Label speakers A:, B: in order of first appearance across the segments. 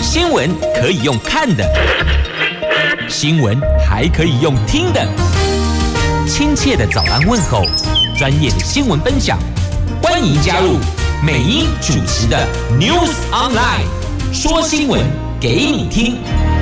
A: 新闻可以用看的，新闻还可以用听的。亲切的早安问候，专业的新闻分享，欢迎加入美英主持的 News Online， 说新闻给你听。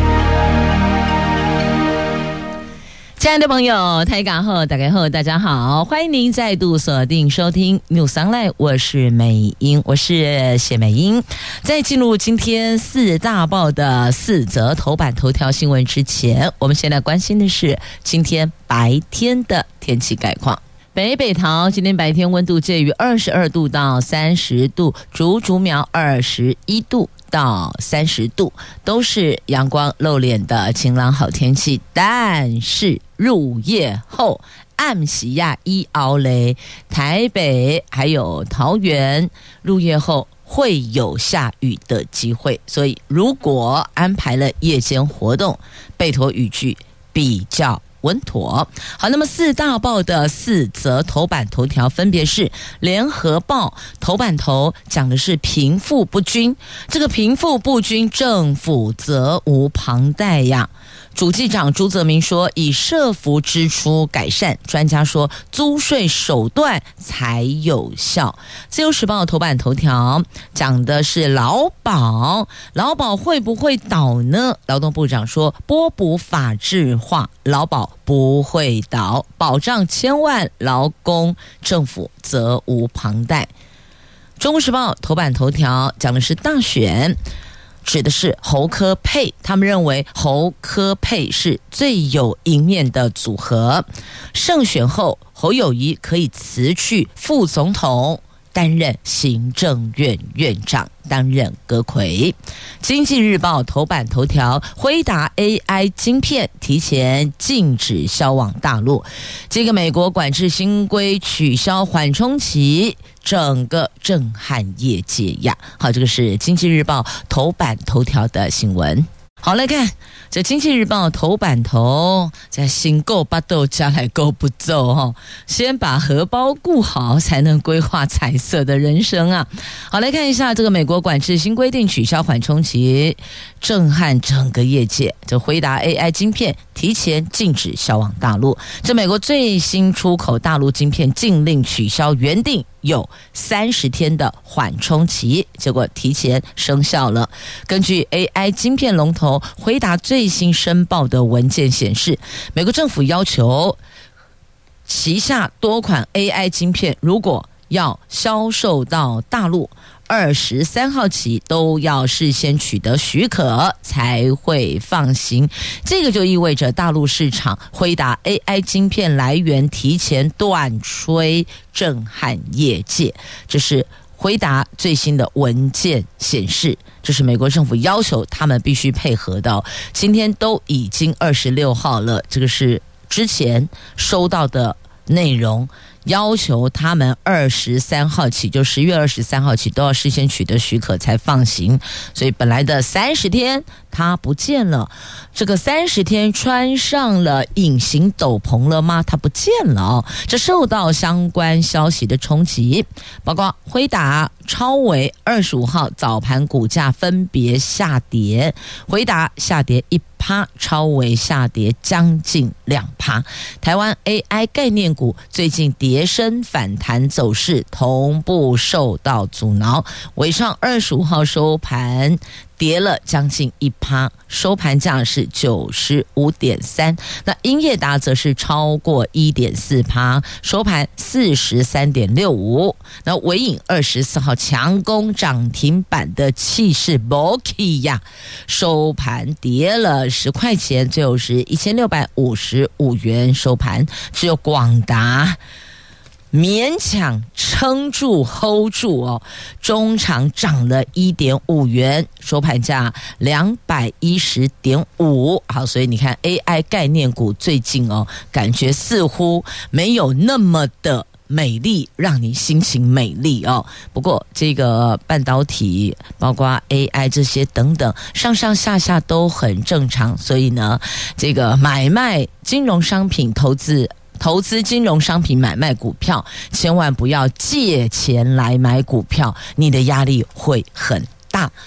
B: 亲爱的朋友，台港后大家好，大家好，欢迎您再度锁定收听 News Online， 我是美英，我是谢美英。在进入今天四大报的4则头版头条新闻之前，我们现在关心的是今天白天的天气概况。北桃今天白天温度介于22度到30度，竹苗21度到30度，都是阳光露脸的晴朗好天气。但是入夜后暗时呀一熬雷，台北还有桃园入夜后会有下雨的机会，所以如果安排了夜间活动，备妥雨具比较稳妥。好，那么4大报的4则头版头条分别是联合报头版头讲的是贫富不均，这个贫富不均政府责无旁贷呀。主计长朱泽民说，以社福支出改善，专家说租税手段才有效。自由时报头版头条讲的是劳保会不会倒呢？劳动部长说，拨补法制化，劳保不会倒，保障千万劳工，政府责无旁贷。中国时报头版头条讲的是大选，指的是侯柯配，他们认为侯柯配是最有赢面的组合。胜选后，侯友宜可以辞去副总统，担任行政院院长，担任阁揆。经济日报头版头条，辉达 AI 晶片提前禁止销往大陆，这个美国管制新规取消缓冲期，整个震撼业界呀。好，这个是经济日报头版头条的新闻。好，来看这经济日报头版头，在新购巴豆加来购不走哈，先把荷包顾好，才能规划彩色的人生啊。好，来看一下这个美国管制新规定取消缓冲期，震撼整个业界。这辉达 AI 晶片提前禁止销往大陆，这美国最新出口大陆晶片禁令取消原定有30天的缓冲期，结果提前生效了。根据 AI 晶片龙头辉达最新申报的文件显示，美国政府要求旗下多款 AI 晶片如果要销售到大陆，23号起都要事先取得许可才会放行。这个就意味着大陆市场辉达 AI 晶片来源提前断炊，震撼业界。这是辉达最新的文件显示，这是美国政府要求他们必须配合的。今天都已经26号了，这个是之前收到的内容，要求他们23号起，就10月23号起都要事先取得许可才放行。所以本来的30天它不见了，这个30天穿上了隐形斗篷了吗？它不见了哦。这受到相关消息的冲击，包括辉达、超微25号早盘股价分别下跌，辉达下跌1%，超微下跌将近2%。台湾 AI 概念股最近跌升反弹走势同步受到阻挠，伟创25号收盘跌了将近1%，收盘价是 95.3， 那英业达则是超过 1.4%， 收盘 43.65。 那伟影24号强攻涨停板的气势 Boki 呀，收盘跌了10块钱，最后是1655元收盘。只有广达勉强撑住 hold 住哦，中场涨了 1.5 元，收盘价 210.5。 好，所以你看 AI 概念股最近哦，感觉似乎没有那么的美丽，让你心情美丽哦。不过这个半导体包括 AI 这些等等上上下下都很正常，所以呢这个买卖金融商品投资金融商品买卖股票，千万不要借钱来买股票，你的压力会很大。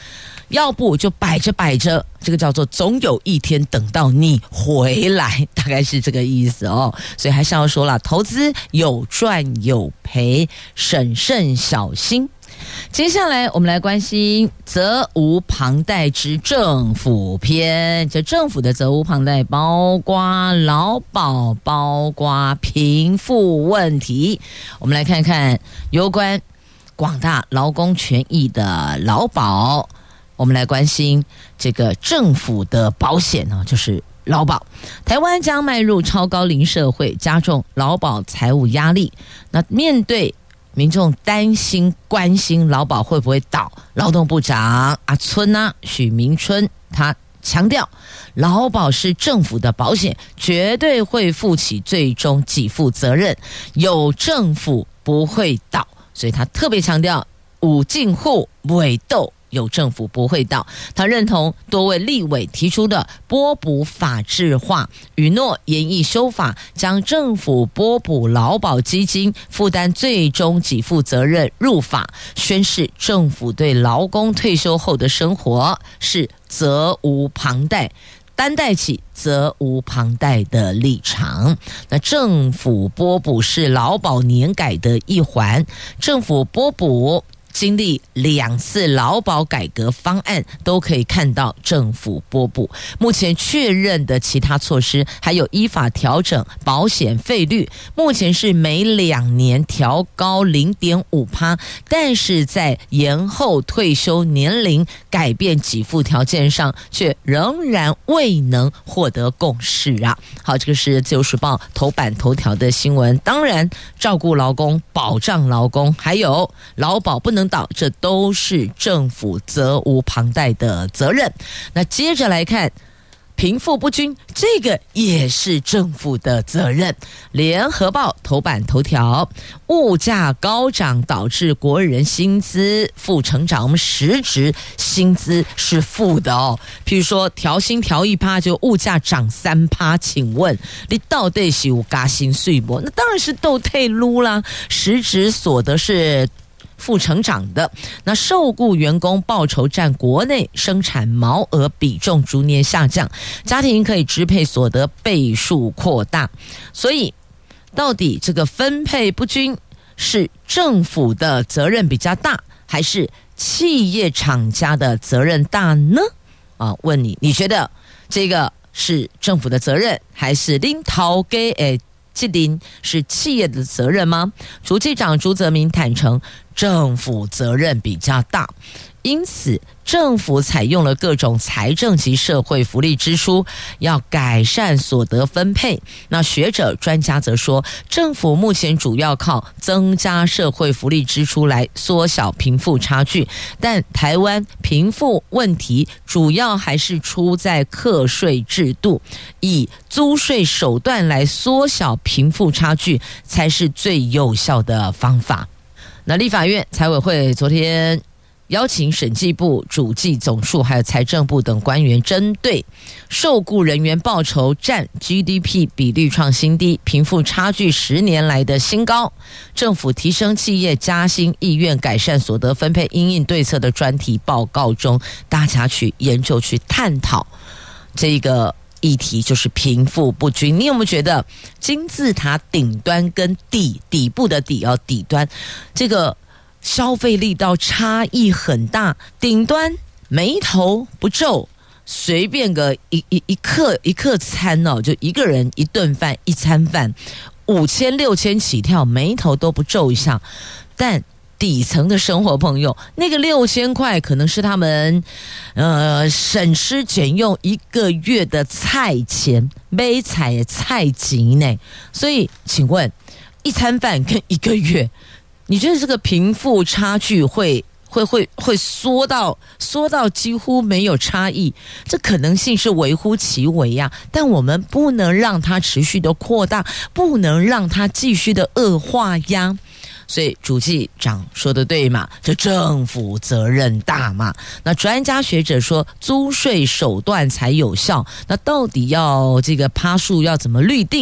B: 要不就摆着摆着，这个叫做总有一天等到你回来，大概是这个意思哦。所以还是要说了，投资有赚有赔，审慎小心。接下来我们来关心责无旁贷之政府篇。这政府的责无旁贷包括劳保，包括贫富问题。我们来看看有关广大劳工权益的劳保，我们来关心这个政府的保险呢，就是劳保。台湾将迈入超高龄社会，加重劳保财务压力。那面对民众担心关心劳保会不会倒，劳动部长阿春许明春他强调，劳保是政府的保险，绝对会负起最终给付责任，有政府不会倒。所以他特别强调，有政府不会倒，有政府不会倒。他认同多位立委提出的拨补法制化，允诺研议修法，将政府拨补劳保基金负担最终给付责任入法，宣示政府对劳工退休后的生活是责无旁贷，担待起责无旁贷的立场。那政府拨补是劳保年改的一环，政府拨补经历2次劳保改革方案，都可以看到政府拨补。目前确认的其他措施，还有依法调整保险费率，目前是每2年调高 0.5%， 但是在延后退休年龄、改变给付条件上，却仍然未能获得共识啊。好，这个是自由时报头版头条的新闻。当然，照顾劳工、保障劳工，还有劳保不能倒，这都是政府责无旁贷的责任。那接着来看贫富不均，这个也是政府的责任。联合报头版头条，物价高涨导致国人薪资负成长，我们实质薪资是负的哦。譬如说调薪调1%，就物价涨3%，请问你到底是有加薪税不？那当然是倒退撸啦，实质所得是负成长的。那受雇员工报酬占国内生产毛额比重逐年下降，家庭可以支配所得倍数扩大。所以到底这个分配不均是政府的责任比较大，还是企业厂家的责任大呢？问你觉得这个是政府的责任，还是领头给这是企业的责任吗？主计长朱泽民坦承，政府责任比较大，因此政府采用了各种财政及社会福利支出，要改善所得分配。那学者专家则说，政府目前主要靠增加社会福利支出来缩小贫富差距，但台湾贫富问题主要还是出在课税制度，以租税手段来缩小贫富差距才是最有效的方法。那立法院财委会昨天邀请审计部、主计总处还有财政部等官员，针对受雇人员报酬占 GDP 比率创新低、贫富差距10年来的新高，政府提升企业加薪意愿、改善所得分配因应对策的专题报告中，大家去研究、去探讨这个议题，就是贫富不均。你有没有觉得金字塔顶端跟底部的底端这个消费力道差异很大？顶端眉头不皱，随便个一客餐就一个人一顿饭一餐饭5000、6000起跳，眉头都不皱一下。但底层的生活朋友，那个6000块可能是他们省吃俭用1个月的菜钱，买菜的菜钱呢。所以请问一餐饭跟1个月，你觉得这个贫富差距会缩到几乎没有差异？这可能性是微乎其微呀，但我们不能让它持续的扩大，不能让它继续的恶化呀。所以主计长说的对嘛，这政府责任大嘛。那专家学者说租税手段才有效，那到底要这个趴数要怎么律定？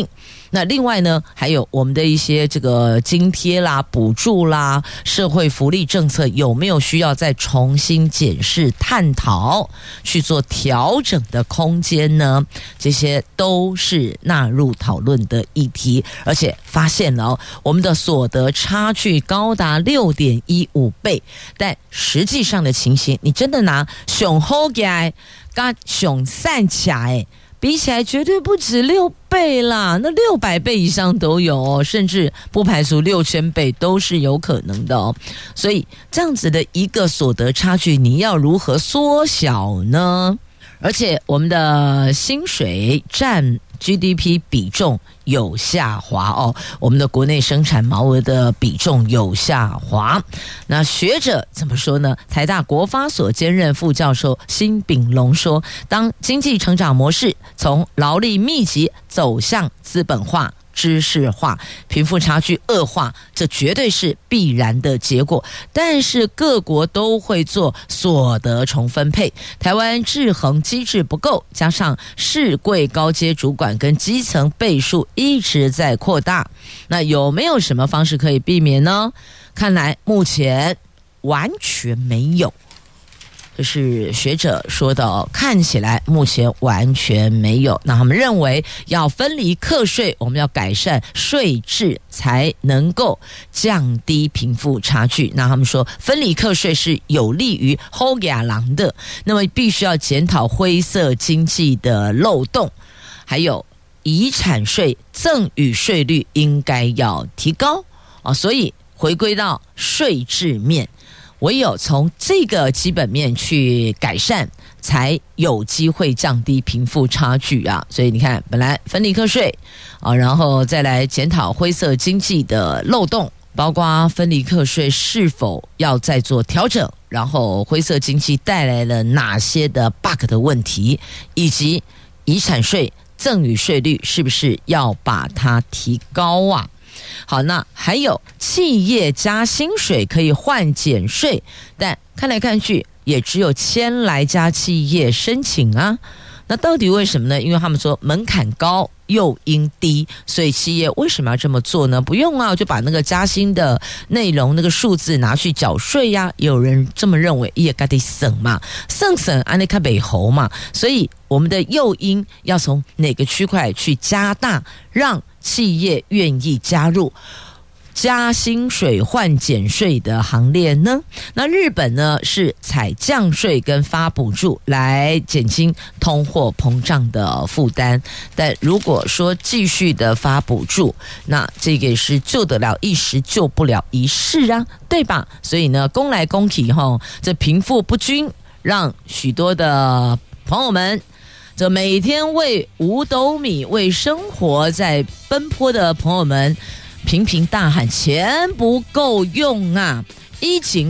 B: 那另外呢，还有我们的一些这个津贴啦、补助啦、社会福利政策有没有需要再重新检视、探讨、去做调整的空间呢？这些都是纳入讨论的议题，而且发现了我们的所得差距高达 6.15 倍，但实际上的情形，你真的拿上好嘅跟上散起来比起来，绝对不止6倍啦，那600倍以上都有哦，甚至不排除6000倍都是有可能的哦。所以这样子的一个所得差距，你要如何缩小呢？而且我们的薪水占 GDP 比重有下滑哦，我们的国内生产毛额的比重有下滑。那学者怎么说呢？台大国发所兼任副教授辛炳龙说，当经济成长模式从劳力密集走向资本化、知识化，贫富差距恶化，这绝对是必然的结果。但是各国都会做所得重分配，台湾制衡机制不够，加上市柜高阶主管跟基层倍数一直在扩大，那有没有什么方式可以避免呢？看来目前完全没有。这是学者说的哦，看起来目前完全没有。那他们认为要分离课税，我们要改善税制，才能够降低贫富差距。那他们说分离课税是有利于后亚郎的，那么必须要检讨灰色经济的漏洞，还有遗产税、赠与税率应该要提高啊。所以回归到税制面，唯有从这个基本面去改善，才有机会降低贫富差距啊！所以你看，本来分离课税啊，然后再来检讨灰色经济的漏洞，包括分离课税是否要再做调整，然后灰色经济带来了哪些的 bug 的问题，以及遗产税、赠与税率是不是要把它提高啊？好，那还有企业加薪水可以换减税，但看来看去也只有1000来家企业申请啊。那到底为什么呢？因为他们说门槛高，诱因低，所以企业为什么要这么做呢？不用啊，我就把那个加薪的内容那个数字拿去缴税呀。也有人这么认为，也该得省嘛，省安尼卡北侯嘛。所以我们的诱因要从哪个区块去加大，让企业愿意加入加薪水换减税的行列呢？那日本呢是采降税跟发补助来减轻通货膨胀的负担，但如果说继续的发补助，那这个是救得了一时救不了一世啊，对吧？所以呢，攻来攻去这贫富不均，让许多的朋友们，这每天为5斗米为生活在奔波的朋友们频频大喊钱不够用啊！以前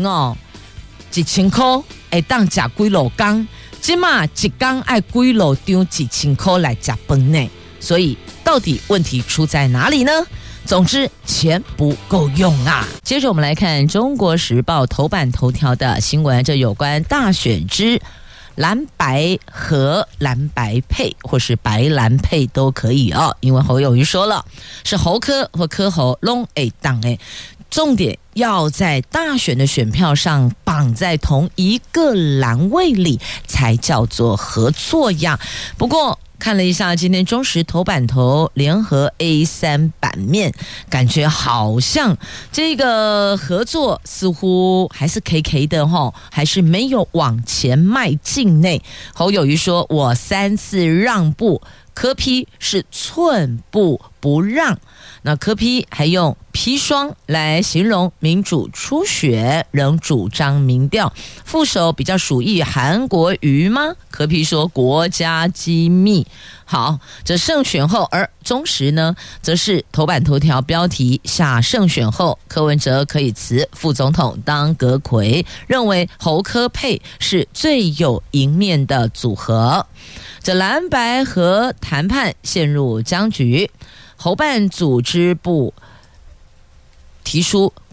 B: 1000块会当吃几路工，现在一天要几路张1000块来吃饭呢？所以到底问题出在哪里呢？总之钱不够用啊！接着我们来看《中国时报》头版头条的新闻，这有关大选之蓝白和蓝白配，或是白蓝配都可以哦。因为侯友宜说了，是侯科或科侯拢会当诶，重点要在大选的选票上绑在同一个栏位里，才叫做合作呀。不过看了一下今天中时头版头联合 A3 版面，感觉好像这个合作似乎还是 KK 的还是没有往前迈进呢。侯友宜说，我3次让步，柯 P 是寸步不让。那柯 P 还用砒霜来形容民主初选，仍主张民调。副手比较属意韩国瑜吗？柯 P 说国家机密。好，这胜选后，而中时呢，则是头版头条标题下胜选后，柯文哲可以辞副总统当阁揆，认为侯柯配是最有赢面的组合。这蓝白合谈判陷入僵局。侯办组织部提出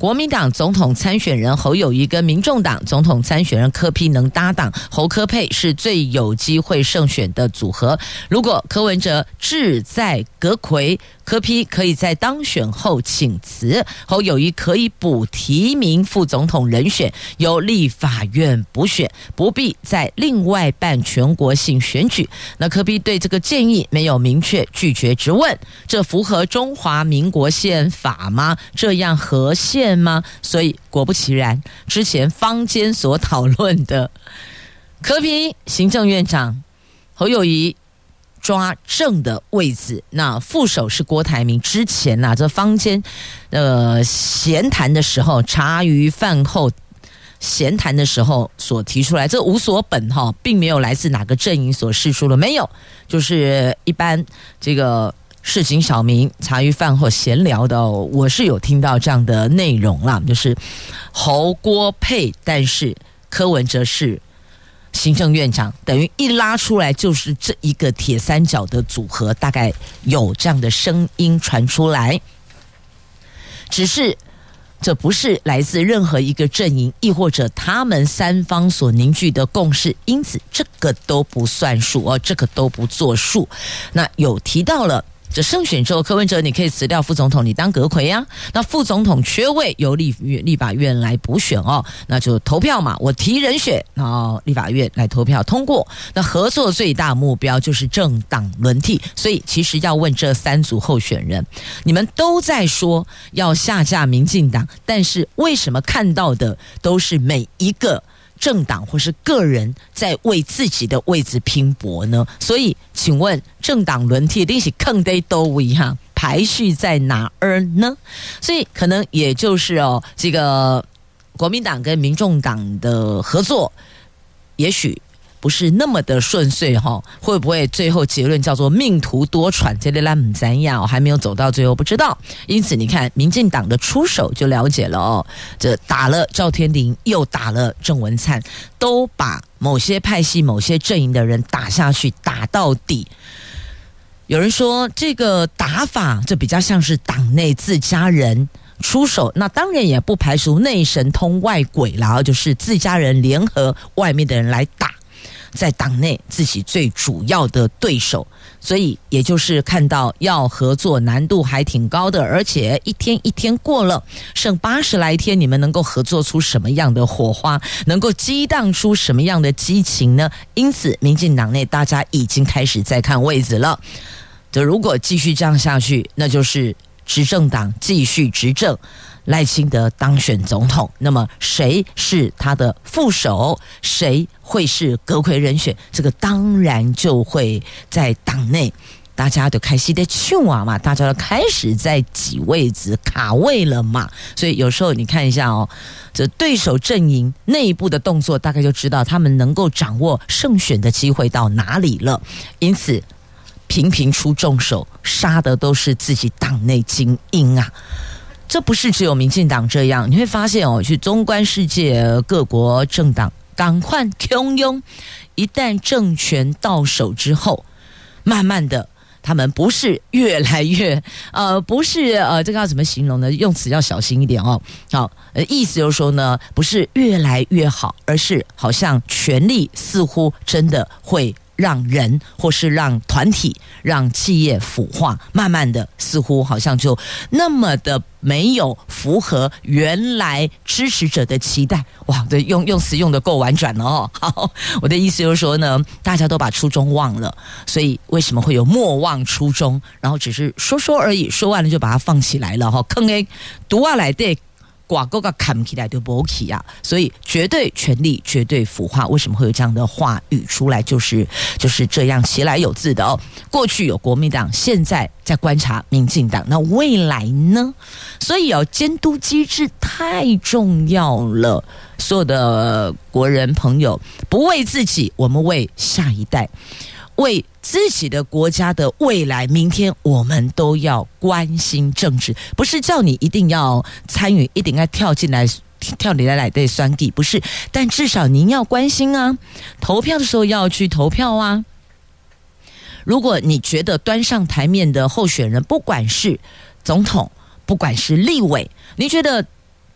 B: 国民党总统参选人侯友宜跟民众党总统参选人柯 P 能搭档，侯柯配是最有机会胜选的组合。如果柯文哲志在阁揆，柯 P 可以在当选后请辞，侯友宜可以补提名副总统人选，由立法院补选，不必再另外办全国性选举。那柯 P 对这个建议没有明确拒绝质问，这符合中华民国宪法吗？这样合宪吗？所以果不其然，之前坊间所讨论的柯 P 行政院长，侯友宜抓正的位置，那副手是郭台铭。之前这坊间闲谈的时候，茶余饭后闲谈的时候所提出来，这无所本并没有来自哪个阵营所释出的，没有，就是一般这个市井小民茶余饭后闲聊的我是有听到这样的内容啦，就是侯郭配，但是柯文哲是行政院长，等于一拉出来就是这一个铁三角的组合，大概有这样的声音传出来。只是这不是来自任何一个阵营，亦或者他们三方所凝聚的共识，因此这个都不算数这个都不作数。那有提到了这胜选之后，柯文哲你可以辞掉副总统，你当阁揆啊。那副总统缺位由立法院来补选那就投票嘛，我提人选，然后立法院来投票通过。那合作最大目标就是政党轮替，所以其实要问这三组候选人，你们都在说要下架民进党，但是为什么看到的都是每一个政党或是个人在为自己的位置拼搏呢？所以请问政党轮替一起坑得都位排序在哪儿呢？所以可能也就是这个国民党跟民众党的合作也许不是那么的顺遂会不会最后结论叫做命途多舛，这类烂不怎样还没有走到最后不知道。因此你看民进党的出手就了解了这打了赵天麟又打了郑文灿，都把某些派系某些阵营的人打下去，打到底。有人说这个打法这比较像是党内自家人出手，那当然也不排除内神通外鬼啦，就是自家人联合外面的人来打在党内自己最主要的对手，所以也就是看到要合作难度还挺高的，而且一天一天过了，剩80来天，你们能够合作出什么样的火花，能够激荡出什么样的激情呢？因此民进党内大家已经开始在看位置了，这如果继续这样下去，那就是执政党继续执政，赖清德当选总统，那么谁是他的副手，谁会是阁揆人选，这个当然就会在党内大家都开始在抢嘛，大家都开始在挤位置卡位了嘛。所以有时候你看一下这对手阵营内部的动作，大概就知道他们能够掌握胜选的机会到哪里了。因此频频出重手，杀的都是自己党内精英啊。这不是只有民进党这样，你会发现去纵观世界各国政党赶快汹涌，一旦政权到手之后，慢慢的他们不是越来越不是这个要怎么形容呢？用词要小心一点好，意思就是说呢，不是越来越好，而是好像权力似乎真的会让人或是让团体让企业腐化，慢慢的似乎好像就那么的没有符合原来支持者的期待。哇，这用词用的够婉转了好，我的意思就是说呢，大家都把初衷忘了，所以为什么会有莫忘初衷，然后只是说说而已，说完了就把它放起来了坑诶读下来的挂钩个砍起来就不起啊，所以绝对权力绝对腐化。为什么会有这样的话语出来？就是这样其来有自的过去有国民党，现在在观察民进党，那未来呢？所以监督机制太重要了。所有的国人朋友，不为自己，我们为下一代，为自己的国家的未来，明天我们都要关心政治，不是叫你一定要参与，一定要跳进来对酸地，不是，但至少您要关心啊，投票的时候要去投票啊。如果你觉得端上台面的候选人，不管是总统，不管是立委，你觉得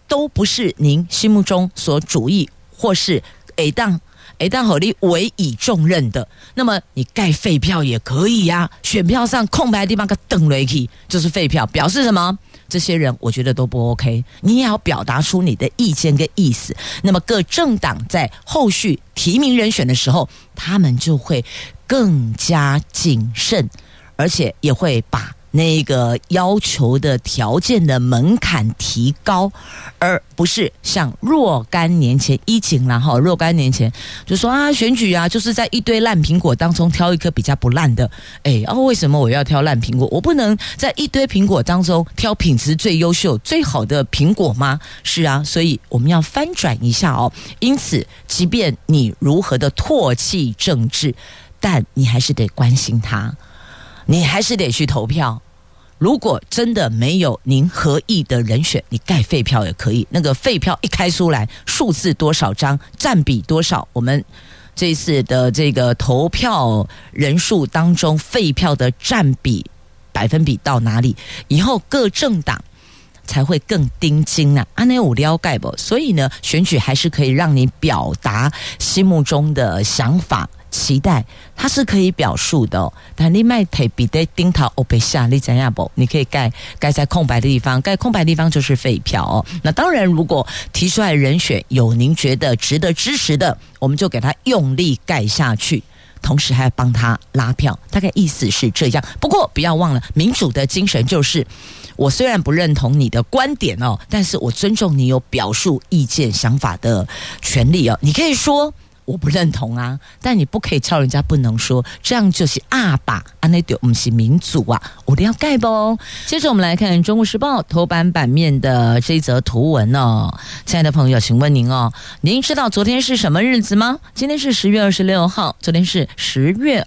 B: 都不是您心目中所主意或是当好你委以重任的，那么你盖废票也可以啊，选票上空白的地方给等了去，就是废票，表示什么？这些人我觉得都不 OK， 你也要表达出你的意见跟意思。那么各政党在后续提名人选的时候，他们就会更加谨慎，而且也会把那个要求的条件的门槛提高，而不是像若干年前若干年前就说啊，选举啊就是在一堆烂苹果当中挑一颗比较不烂的。为什么我要挑烂苹果？我不能在一堆苹果当中挑品质最优秀最好的苹果吗？是啊，所以我们要翻转一下哦。因此即便你如何的唾弃政治，但你还是得关心它，你还是得去投票。如果真的没有您合意的人选，你盖废票也可以。那个废票一开出来，数字多少张，占比多少，我们这一次的这个投票人数当中，废票的占比百分比到哪里，以后各政党才会更盯紧啊，安内有了解不？所以呢，选举还是可以让你表达心目中的想法。期待它是可以表述的但你卖提笔在顶头欧北下，你怎样不？你可以盖在空白的地方，盖空白的地方就是废票哦。那当然，如果提出来人选有您觉得值得支持的，我们就给他用力盖下去，同时还要帮他拉票，大概意思是这样。不过不要忘了，民主的精神就是，我虽然不认同你的观点哦，但是我尊重你有表述意见想法的权利哦。你可以说我不认同啊，但你不可以叫人家不能说，这样就是吧，那就不是民主啊，我了解不？接着我们来看《中国时报》头版版面的这一则图文哦。亲爱的朋友，请问您哦，您知道昨天是什么日子吗？今天是10月26号，昨天是10月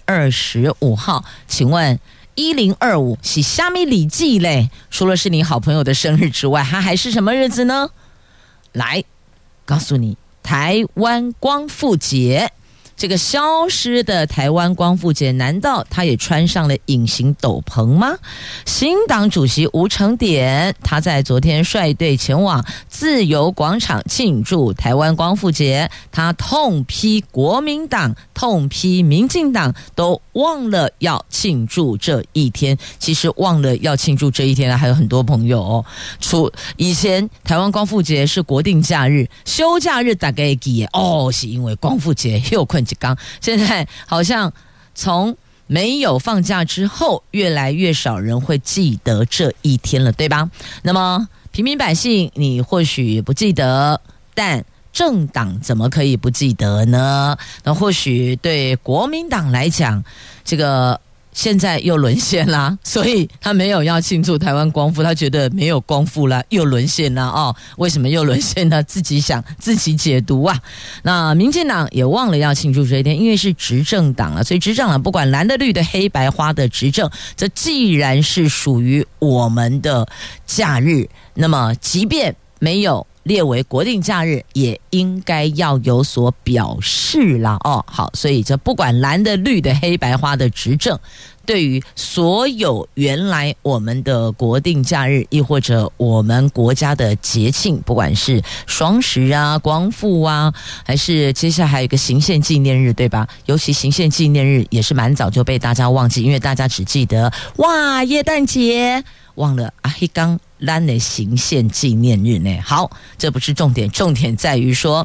B: 25号。请问1025是虾米礼记嘞？除了是你好朋友的生日之外，它还是什么日子呢？来告诉你，台湾光复节。这个消失的台湾光复节，难道他也穿上了隐形斗篷吗？新党主席吴承典，他在昨天率队前往自由广场庆祝台湾光复节，他痛批国民党，痛批民进党都忘了要庆祝这一天。其实忘了要庆祝这一天的还有很多朋友哦。以前台湾光复节是国定假日，休假日大概记哦，是因为光复节又困一天。现在好像从没有放假之后，越来越少人会记得这一天了，对吧？那么平民百姓你或许不记得，但政党怎么可以不记得呢？那或许对国民党来讲，这个现在又沦陷啦，所以他没有要庆祝台湾光复，他觉得没有光复啦，又沦陷啦哦。为什么又沦陷呢？自己想，自己解读啊。那民进党也忘了要庆祝这一天，因为是执政党了，所以执政党不管蓝的绿的黑白花的执政，这既然是属于我们的假日，那么即便没有列为国定假日，也应该要有所表示啦哦。好，所以这不管蓝的绿的黑白花的执政，对于所有原来我们的国定假日，亦或者我们国家的节庆，不管是双十啊、光复啊，还是接下来还有一个行宪纪念日，对吧？尤其行宪纪念日也是蛮早就被大家忘记，因为大家只记得哇耶诞节，忘了啊黑刚咱的行宪纪念日呢。好，这不是重点，重点在于说，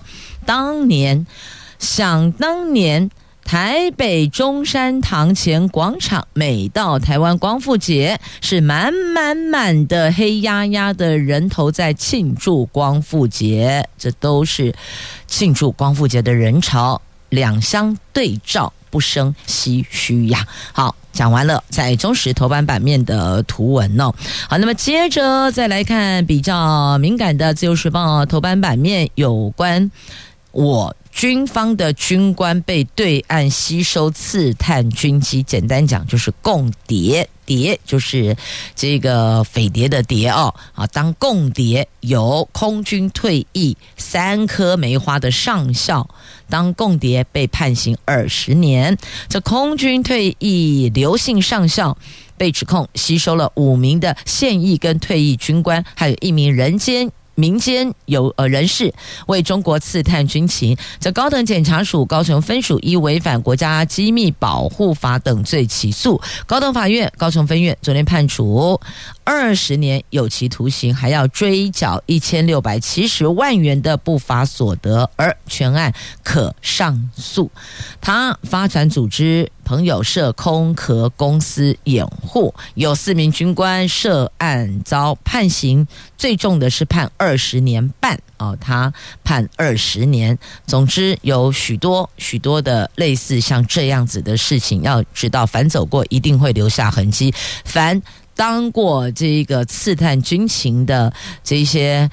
B: 想当年台北中山堂前广场，每到台湾光复节，是满的黑压压的人头在庆祝光复节，这都是庆祝光复节的人潮，两相对照，不生唏嘘呀。好，讲完了在中时头版版面的图文哦。好，那么接着再来看比较敏感的自由时报头版版面，有关军方的军官被对岸吸收刺探军机，简单讲就是共谍，谍就是这个匪谍的谍哦。啊，当共谍有空军退役3颗梅花的上校，当共谍被判刑20年。这空军退役刘姓上校被指控吸收了5名的现役跟退役军官，还有1名人间民间有人士为中国刺探军情，这高等检察署高雄分署依违反国家机密保护法等罪起诉，高等法院高雄分院昨天判处20年有期徒刑，还要追缴1670万元的不法所得，而全案可上诉。他发展组织朋友涉空壳公司掩护，有4名军官涉案遭判刑，最重的是判20年半他判20年。总之有许多的类似像这样子的事情，要知道凡走过一定会留下痕迹，凡当过这个刺探军情的这些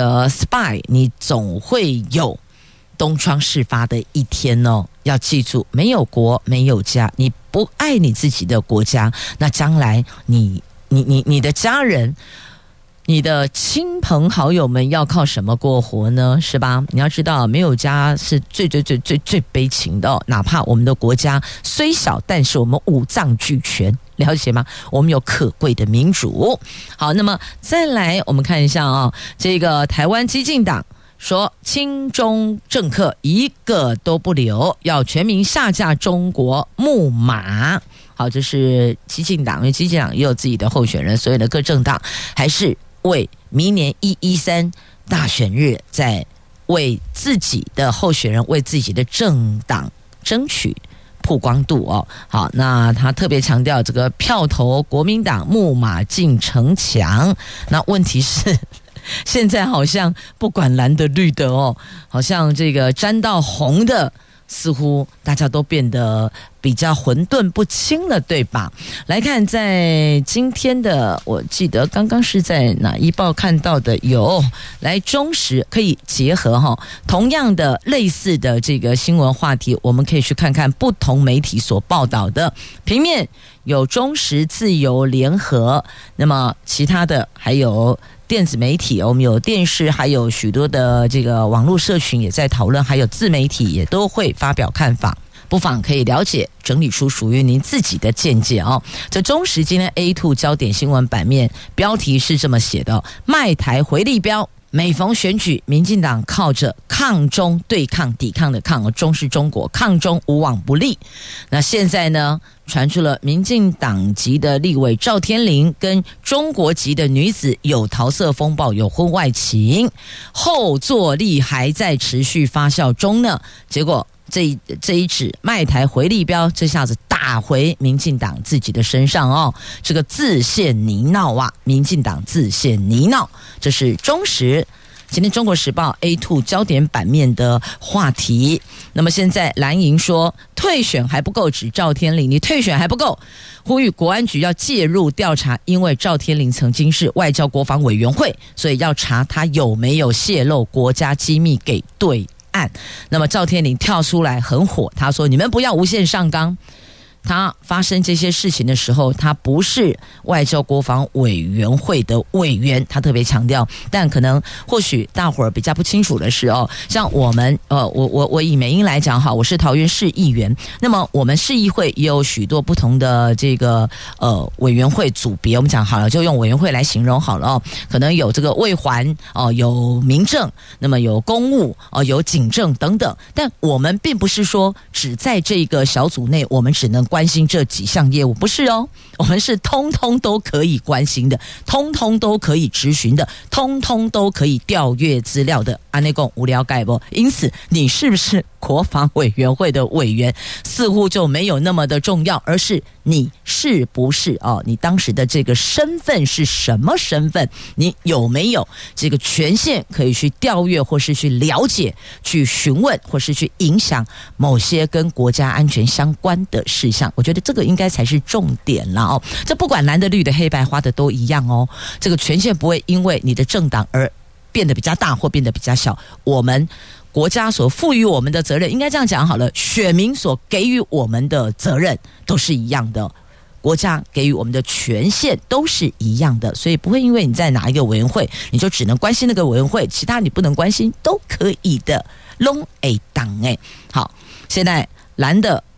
B: spy， 你总会有东窗事发的一天哦。要记住，没有国没有家，你不爱你自己的国家，那将来你的家人，你的亲朋好友们要靠什么过活呢？是吧？你要知道，没有家是最悲情的哪怕我们的国家虽小，但是我们五脏俱全，了解吗？我们有可贵的民主。好，那么再来我们看一下这个台湾基进党说亲中政客一个都不留，要全民下架中国木马。好，这是基进党，因为基进党也有自己的候选人，所以呢各政党还是为明年113大选日在为自己的候选人为自己的政党争取曝光度好，那他特别强调这个票投国民党木马进城墙。那问题是现在好像不管蓝的绿的好像这个沾到红的似乎大家都变得比较混沌不清了，对吧？来看在今天的，我记得刚刚是在哪一报看到的，有来中时可以结合同样的类似的这个新闻话题，我们可以去看看不同媒体所报道的。平面有中时、自由、联合，那么其他的还有电子媒体，我们有电视，还有许多的这个网络社群也在讨论，还有自媒体也都会发表看法，不妨可以了解整理出属于您自己的见解这中时今天 A2 焦点新闻版面标题是这么写的卖台回力标，每逢选举民进党靠着抗中对抗抵抗的抗，中是中国，抗中无往不利。那现在呢传出了民进党籍的立委赵天麟跟中国籍的女子有桃色风暴，有婚外情，后坐力还在持续发酵中呢。结果这一纸卖台回力标，这下子打回民进党自己的身上这个自陷泥淖民进党自陷泥淖，这是中时今天中国时报 A2 焦点版面的话题。那么现在蓝营说退选还不够，指赵天麟，你退选还不够，呼吁国安局要介入调查，因为赵天麟曾经是外交国防委员会，所以要查他有没有泄露国家机密给对岸。那么赵天麟跳出来很火，他说你们不要无限上纲，他发生这些事情的时候，他不是外交国防委员会的委员，他特别强调。但可能或许大伙儿比较不清楚的是像我们我以美英来讲我是桃园市议员，那么我们市议会也有许多不同的这个委员会组别，我们讲好了就用委员会来形容好了可能有这个卫环有民政，那么有公务有警政等等，但我们并不是说只在这个小组内我们只能关心这几项业务，不是我们是通通都可以关心的，通通都可以质询的，通通都可以调阅资料的。安内共无聊盖不？因此，你是不是国防委员会的委员，似乎就没有那么的重要，而是你是不是你当时的这个身份是什么身份？你有没有这个权限可以去调阅，或是去了解、去询问，或是去影响某些跟国家安全相关的事项？我觉得这个应该才是重点啦这不管蓝的、绿的、黑白花的都一样这个权限不会因为你的政党而变得比较大或变得比较小。我们国家所赋予我们的责任，应该这样讲好了，选民所给予我们的责任都是一样的，国家给予我们的权限都是一样的，所以不会因为你在哪一个委员会，你就只能关心那个委员会，其他你不能关心都可以的，拢会当好，现在蓝的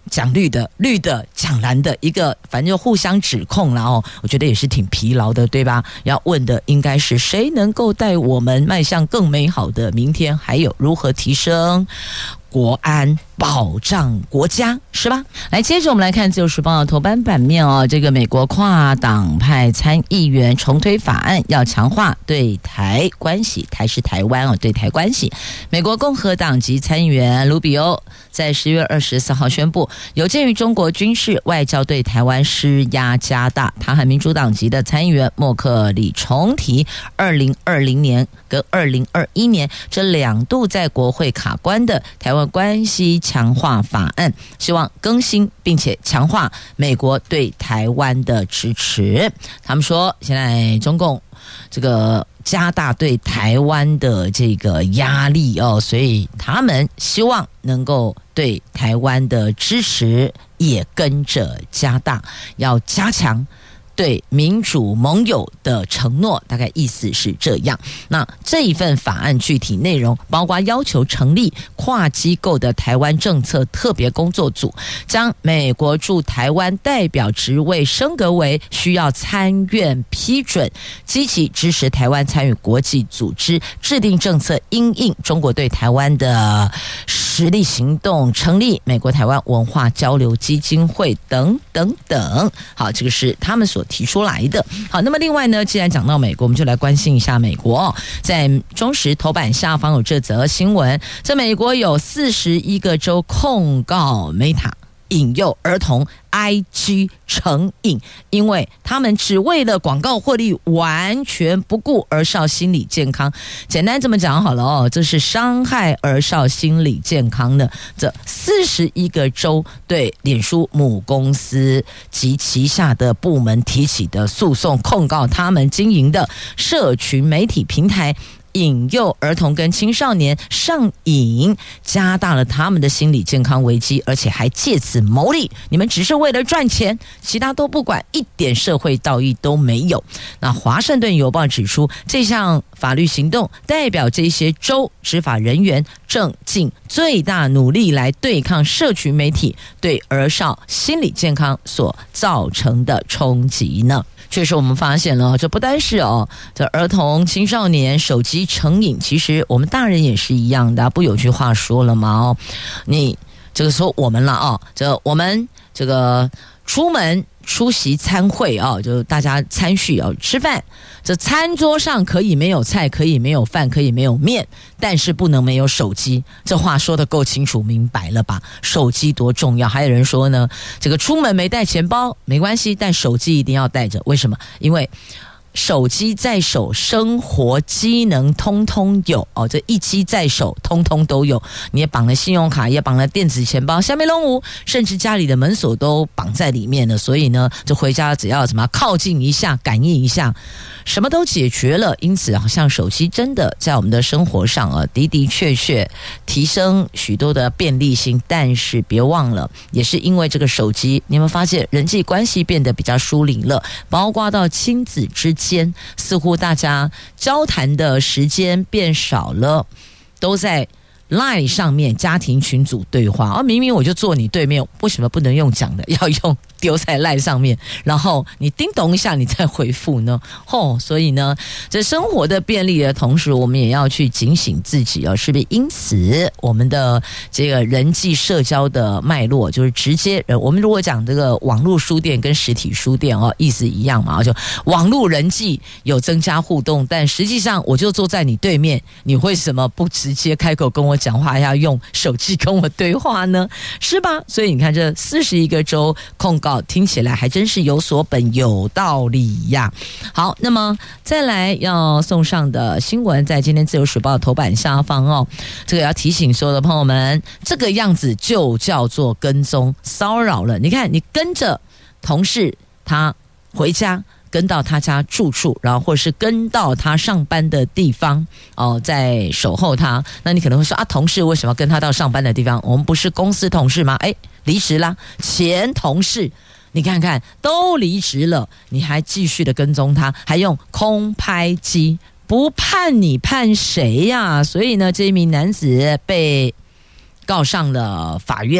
B: 讲绿的，绿的讲蓝的，一个反正就互相指控了我觉得也是挺疲劳的，对吧？要问的应该是谁能够带我们迈向更美好的明天，还有如何提升国安，保障国家，是吧？来，接着我们来看《自由时报》的头版版面这个美国跨党派参议员重推法案，要强化对台关系，台是台湾对台关系。美国共和党籍参议员卢比欧在10月24号宣布，有鉴于中国军事外交对台湾施压加大，他和民主党籍的参议员莫克里重提2020年跟2021年这2度在国会卡关的台湾关系强化法案，希望更新并且强化美国对台湾的支持。他们说，现在中共这个加大对台湾的这个压力所以他们希望能够对台湾的支持也跟着加大，要加强对民主盟友的承诺，大概意思是这样。那这一份法案具体内容包括要求成立跨机构的台湾政策特别工作组，将美国驻台湾代表职位升格为需要参院批准，积极支持台湾参与国际组织，制定政策因应中国对台湾的实力行动，成立美国台湾文化交流基金会等等等。好，这个是他们所提出来的。好，那么另外呢，既然讲到美国，我们就来关心一下美国在中时头版下方有这则新闻，在美国有41个州控告 Meta 引诱儿童 IG 成瘾，因为他们只为了广告获利，完全不顾儿少心理健康。简单这么讲好了这是伤害儿少心理健康的这41个州对脸书母公司及旗下的部门提起的诉讼，控告他们经营的社群媒体平台引诱儿童跟青少年上瘾，加大了他们的心理健康危机，而且还借此牟利。你们只是为了赚钱，其他都不管，一点社会道义都没有。那华盛顿邮报指出，这项法律行动代表这些州执法人员正尽最大努力来对抗社群媒体对儿少心理健康所造成的冲击呢。确实我们发现了，这不单是这儿童青少年手机成瘾，其实我们大人也是一样的。不有句话说了吗你这个说我们了我们这个出门出席餐会就大家参叙吃饭，这餐桌上可以没有菜，可以没有饭，可以没有面，但是不能没有手机。这话说得够清楚明白了吧？手机多重要。还有人说呢，这个出门没带钱包没关系，但手机一定要带着。为什么？因为手机在手，生活机能通通有这一机在手，通通都有。你也绑了信用卡，也绑了电子钱包，下面龙五，甚至家里的门锁都绑在里面了。所以呢，就回家只要靠近一下，感应一下，什么都解决了。因此，好像手机真的在我们的生活上的的确确提升许多的便利性。但是别忘了，也是因为这个手机，你有没有发现人际关系变得比较疏离了？包括到亲子之间，似乎大家交谈的时间变少了，都在 LINE 上面家庭群组对话明明我就坐你对面，为什么不能用讲的，要用丢在 LINE 上面，然后你叮咚一下你再回复呢所以呢，在生活的便利的同时，我们也要去警醒自己是不是因此我们的这个人际社交的脉络，就是直接我们如果讲这个网络书店跟实体书店意思一样嘛，就网络人际有增加互动，但实际上我就坐在你对面，你为什么不直接开口跟我讲话，要用手机跟我对话呢？是吧？所以你看这41个州控告，听起来还真是有所本有道理呀。好，那么再来要送上的新闻，在今天自由时报头版下方这个要提醒所有的朋友们，这个样子就叫做跟踪骚扰了。你看，你跟着同事他回家，跟到他家住处，然后或者是跟到他上班的地方在守候他。那你可能会说同事为什么要跟他到上班的地方？我们不是公司同事吗？离职啦，前同事你看看都离职了，你还继续的跟踪他，还用空拍机，不判你判谁呀？所以呢，这一名男子被告上了法院，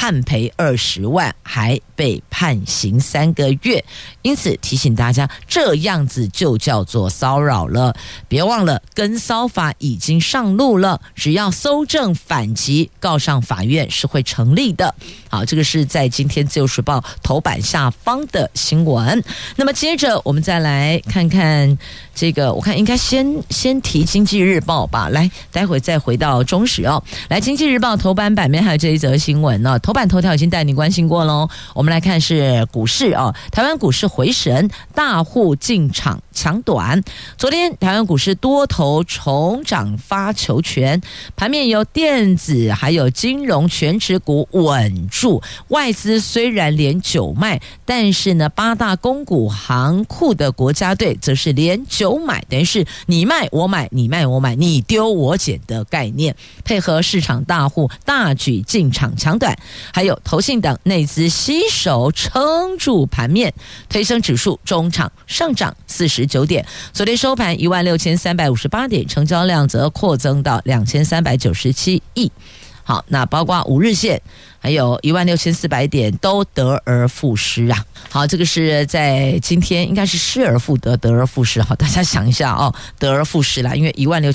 B: 判赔20万，还被判刑3个月。因此提醒大家，这样子就叫做骚扰了。别忘了，跟骚法已经上路了，只要搜证反击，告上法院是会成立的。好，这个是在今天自由时报头版下方的新闻。那么接着我们再来看看这个，我看应该先提经济日报吧，来，待会再回到中时哦。来，经济日报头版版面还有这一则新闻呢，头版头条已经带你关心过喽。我们来看是股市哦，台湾股市回神，大户进场抢短。昨天台湾股市多头重掌发球权，盘面由电子还有金融全指股稳住，外资虽然连9卖，但是呢8大公股行库的国家队则是连9买，等于是你卖我买，你卖我买，你丢我捡的概念，配合市场大户大举进场抢短，还有投信等内资携手撑住盘面，推升指数中场上涨49点，昨天收盘16358点，成交量则扩增到2397亿。好，那包括5日线还有16400点都得而复失啊。好，这个是在今天应该是失而复得，得而复失。好，大家想一下哦，得而复失啦，因为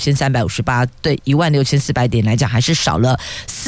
B: 16358对16400点来讲还是少了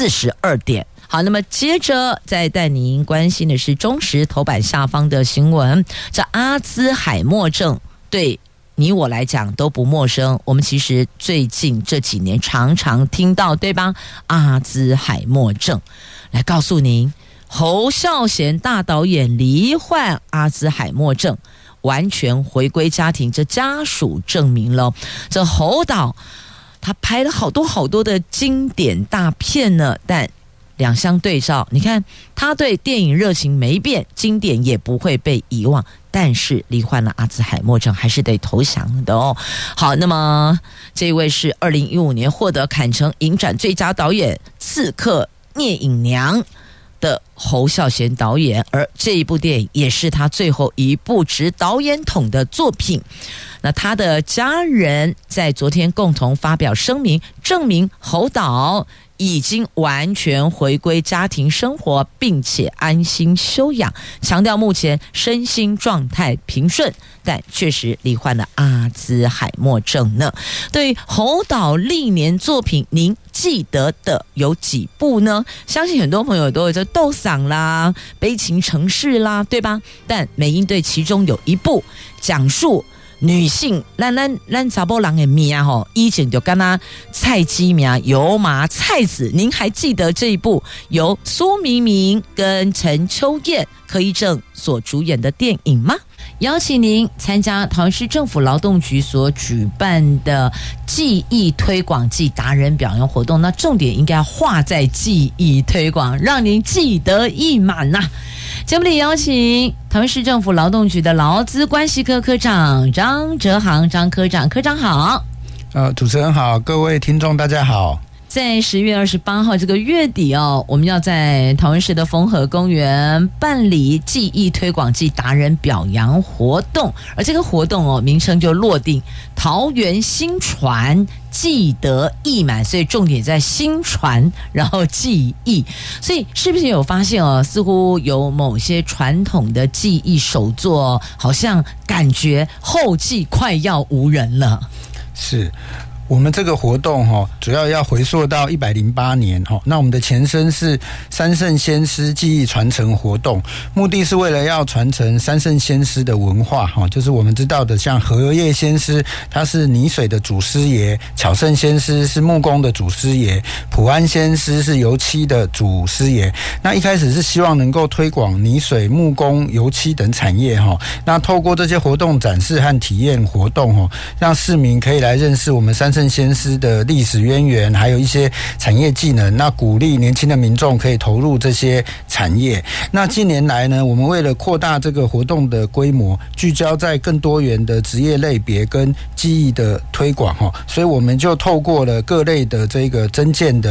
B: 42点。好，那么接着再带您关心的是中时头版下方的新闻，这阿兹海默症对你我来讲都不陌生，我们其实最近这几年常常听到，对吧？阿兹海默症，来告诉您，侯孝贤大导演罹患阿兹海默症，完全回归家庭，这家属证明了，这侯导他拍了好多的经典大片呢，但两相对照，你看他对电影热情没变，经典也不会被遗忘，但是罹患了阿兹海默症还是得投降的哦。好，那么这一位是2015年获得坎城影展最佳导演《刺客聂隐娘》的侯孝贤导演，而这一部电影也是他最后一部执导演筒的作品。那他的家人在昨天共同发表声明，证明侯导已经完全回归家庭生活，并且安心休养，强调目前身心状态平顺，但确实罹患了阿兹海默症呢。对于侯导历年作品，您记得的有几部呢？相信很多朋友都有这斗嗓啦、悲情城市啦，对吧？但美英对其中有一部讲述女性咱查某人的命吼，以前就跟他菜鸡命油麻菜籽，您还记得这一部由苏明明跟陈秋燕、柯一正所主演的电影吗？邀请您参加桃园市政府劳动局所举办的记忆推广暨达人表扬活动，那重点应该画在记忆推广，让您记得意满呐。节目里邀请桃园市政府劳动局的劳资关系科科长张哲航张科长，科长好。
C: 主持人好，各位听众大家好。
B: 在10月28号这个月底哦，我们要在桃园市的丰和公园办理记忆推广暨达人表扬活动，而这个活动哦，名称就落定桃园新传记得意满，所以重点在新传，然后记忆。所以是不是有发现哦，似乎有某些传统的记忆手作，好像感觉后继快要无人了？
C: 是。我们这个活动主要要回溯到108年，那我们的前身是三圣先师记忆传承活动，目的是为了要传承三圣先师的文化，就是我们知道的像荷叶先师他是泥水的祖师爷，巧圣先师是木工的祖师爷，普安先师是油漆的祖师爷。那一开始是希望能够推广泥水、木工、油漆等产业，那透过这些活动展示和体验活动，让市民可以来认识我们三圣先师的历史渊源，还有一些产业技能，那鼓励年轻的民众可以投入这些产业。那近年来呢，我们为了扩大这个活动的规模，聚焦在更多元的职业类别跟记忆的推广，所以我们就透过了各类的这个征件的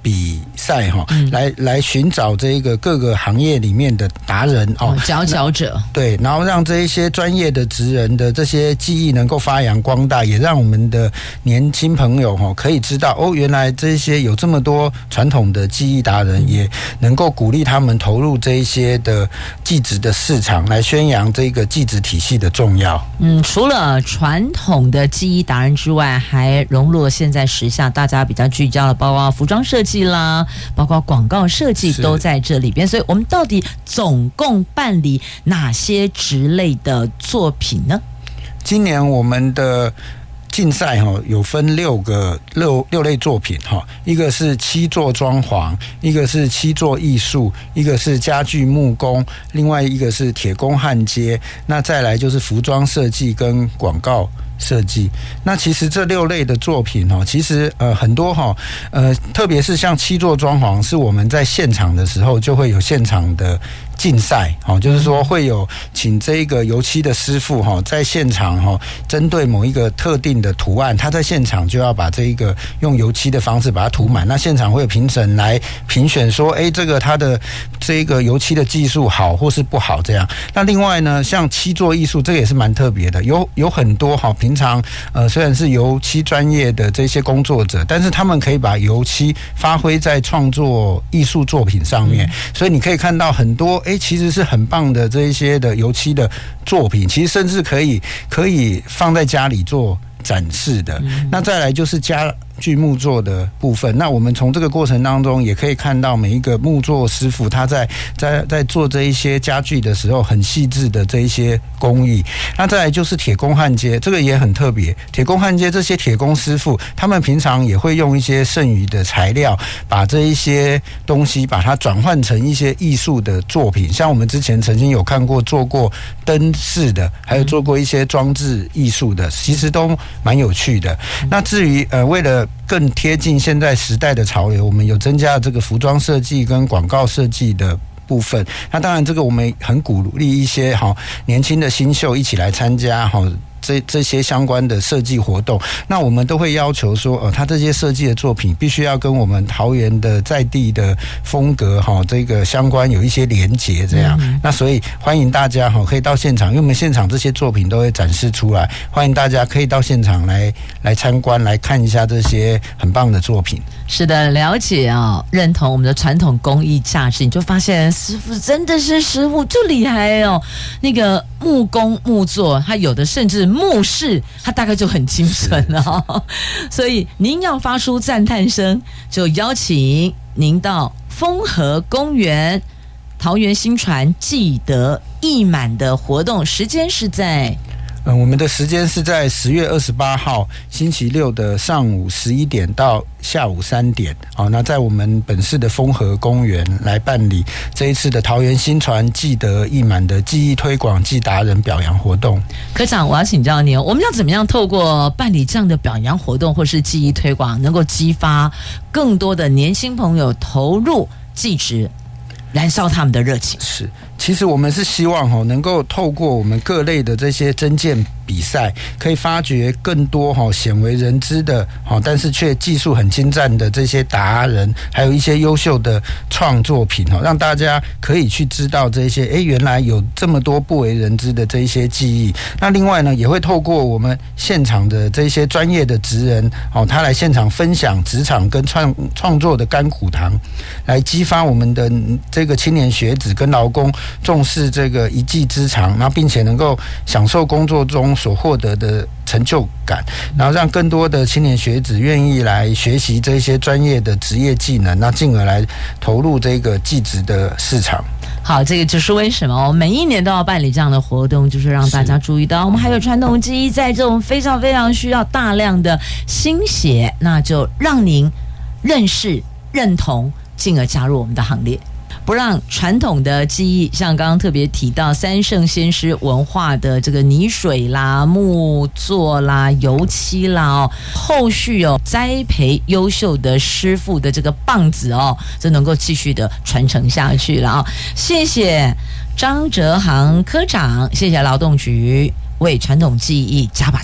C: 比赛来寻找这个各个行业里面的达人
B: 佼佼者，
C: 对，然后让这一些专业的职人的这些技艺能够发扬光大，也让我们的年轻朋友可以知道原来这些有这么多传统的技艺达人，也能够鼓励他们投入这一些的技职的市场，来宣扬这个技职体系的重要。
B: 除了传统的技艺达人之外，还融入了现在时下大家比较聚焦的，包括服装设计啦，包括广告设计都在这里边。所以我们到底总共办理哪些职类的作品呢？今
C: 年我们的竞赛有分六类作品，一个是漆作装潢，一个是漆作艺术，一个是家具木工，另外一个是铁工焊接，那再来就是服装设计跟广告设计。那其实这6类的作品其实很多特别是像漆作装潢，是我们在现场的时候就会有现场的竞赛，就是说会有请这个油漆的师傅在现场针对某一个特定的图案，他在现场就要把这一个用油漆的方式把它涂满。那现场会有评审来评选说，这个他的这个油漆的技术好或是不好这样。那另外呢，像漆作艺术，这个也是蛮特别的，有很多平常虽然是油漆专业的这些工作者，但是他们可以把油漆发挥在创作艺术作品上面，所以你可以看到很多其实是很棒的这一些的油漆的作品，其实甚至可以放在家里做展示的。那再来就是家具木作的部分，那我们从这个过程当中也可以看到每一个木作师傅他在做这一些家具的时候很细致的这一些工艺。那再来就是铁工焊接，这个也很特别，铁工焊接这些铁工师傅他们平常也会用一些剩余的材料，把这一些东西把它转换成一些艺术的作品，像我们之前曾经有看过做过灯饰的，还有做过一些装置艺术的，其实都蛮有趣的。那至于为了更贴近现在时代的潮流，我们有增加这个服装设计跟广告设计的部分。那当然这个我们很鼓励一些年轻的新秀一起来参加这些相关的设计活动。那我们都会要求说他这些设计的作品必须要跟我们桃园的在地的风格这个相关有一些连结这样。那所以欢迎大家可以到现场，因为我们现场这些作品都会展示出来，欢迎大家可以到现场来参观，来看一下这些很棒的作品。是的，了解认同我们的传统工艺价值，你就发现师傅真的是师傅就厉害那个木工木作，他有的甚至目视，他大概就很精准了所以您要发出赞叹声，就邀请您到丰和公园桃园新传记得义满的活动，时间是在我们的时间是在10月28号星期六的上午11点到下午3点。那在我们本市的丰和公园来办理这一次的桃园新传记得义满的技艺推广暨达人表扬活动。科长，我要请教您，我们要怎么样透过办理这样的表扬活动或是技艺推广，能够激发更多的年轻朋友投入技职，燃烧他们的热情？是，其实我们是希望能够透过我们各类的这些征件比赛，可以发掘更多鲜为人知的但是却技术很精湛的这些达人，还有一些优秀的创作品让大家可以去知道这些原来有这么多不为人知的这一些技艺。那另外呢，也会透过我们现场的这些专业的职人他来现场分享职场跟创作的甘苦谈，来激发我们的这个青年学子跟劳工重视这个一技之长，然后并且能够享受工作中所获得的成就感，然后让更多的青年学子愿意来学习这些专业的职业技能，那进而来投入这个技职的市场。好，这个就是为什么我们每一年都要办理这样的活动，就是让大家注意到我们还有传统技艺在这种非常非常需要大量的心血，那就让您认识认同，进而加入我们的行列，不让传统的技艺，像刚刚特别提到三圣先师文化的这个泥水啦、木作啦、油漆啦后续栽培优秀的师傅的这个棒子这能够继续的传承下去了谢谢张哲航科长，谢谢劳动局为传统技艺加把劲。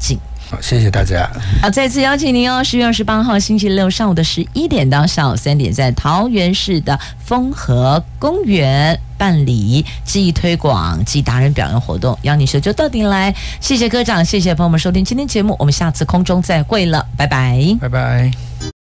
C: 好，谢谢大家。
B: 好，再次邀请您哦，10月28号星期六上午的11点到下午3点，在桃园市的丰和公园办理记忆推广及达人表演活动，邀你手就到顶来。谢谢科长，谢谢朋友们收听今天节目，我们下次空中再会了，拜拜，
C: 拜拜。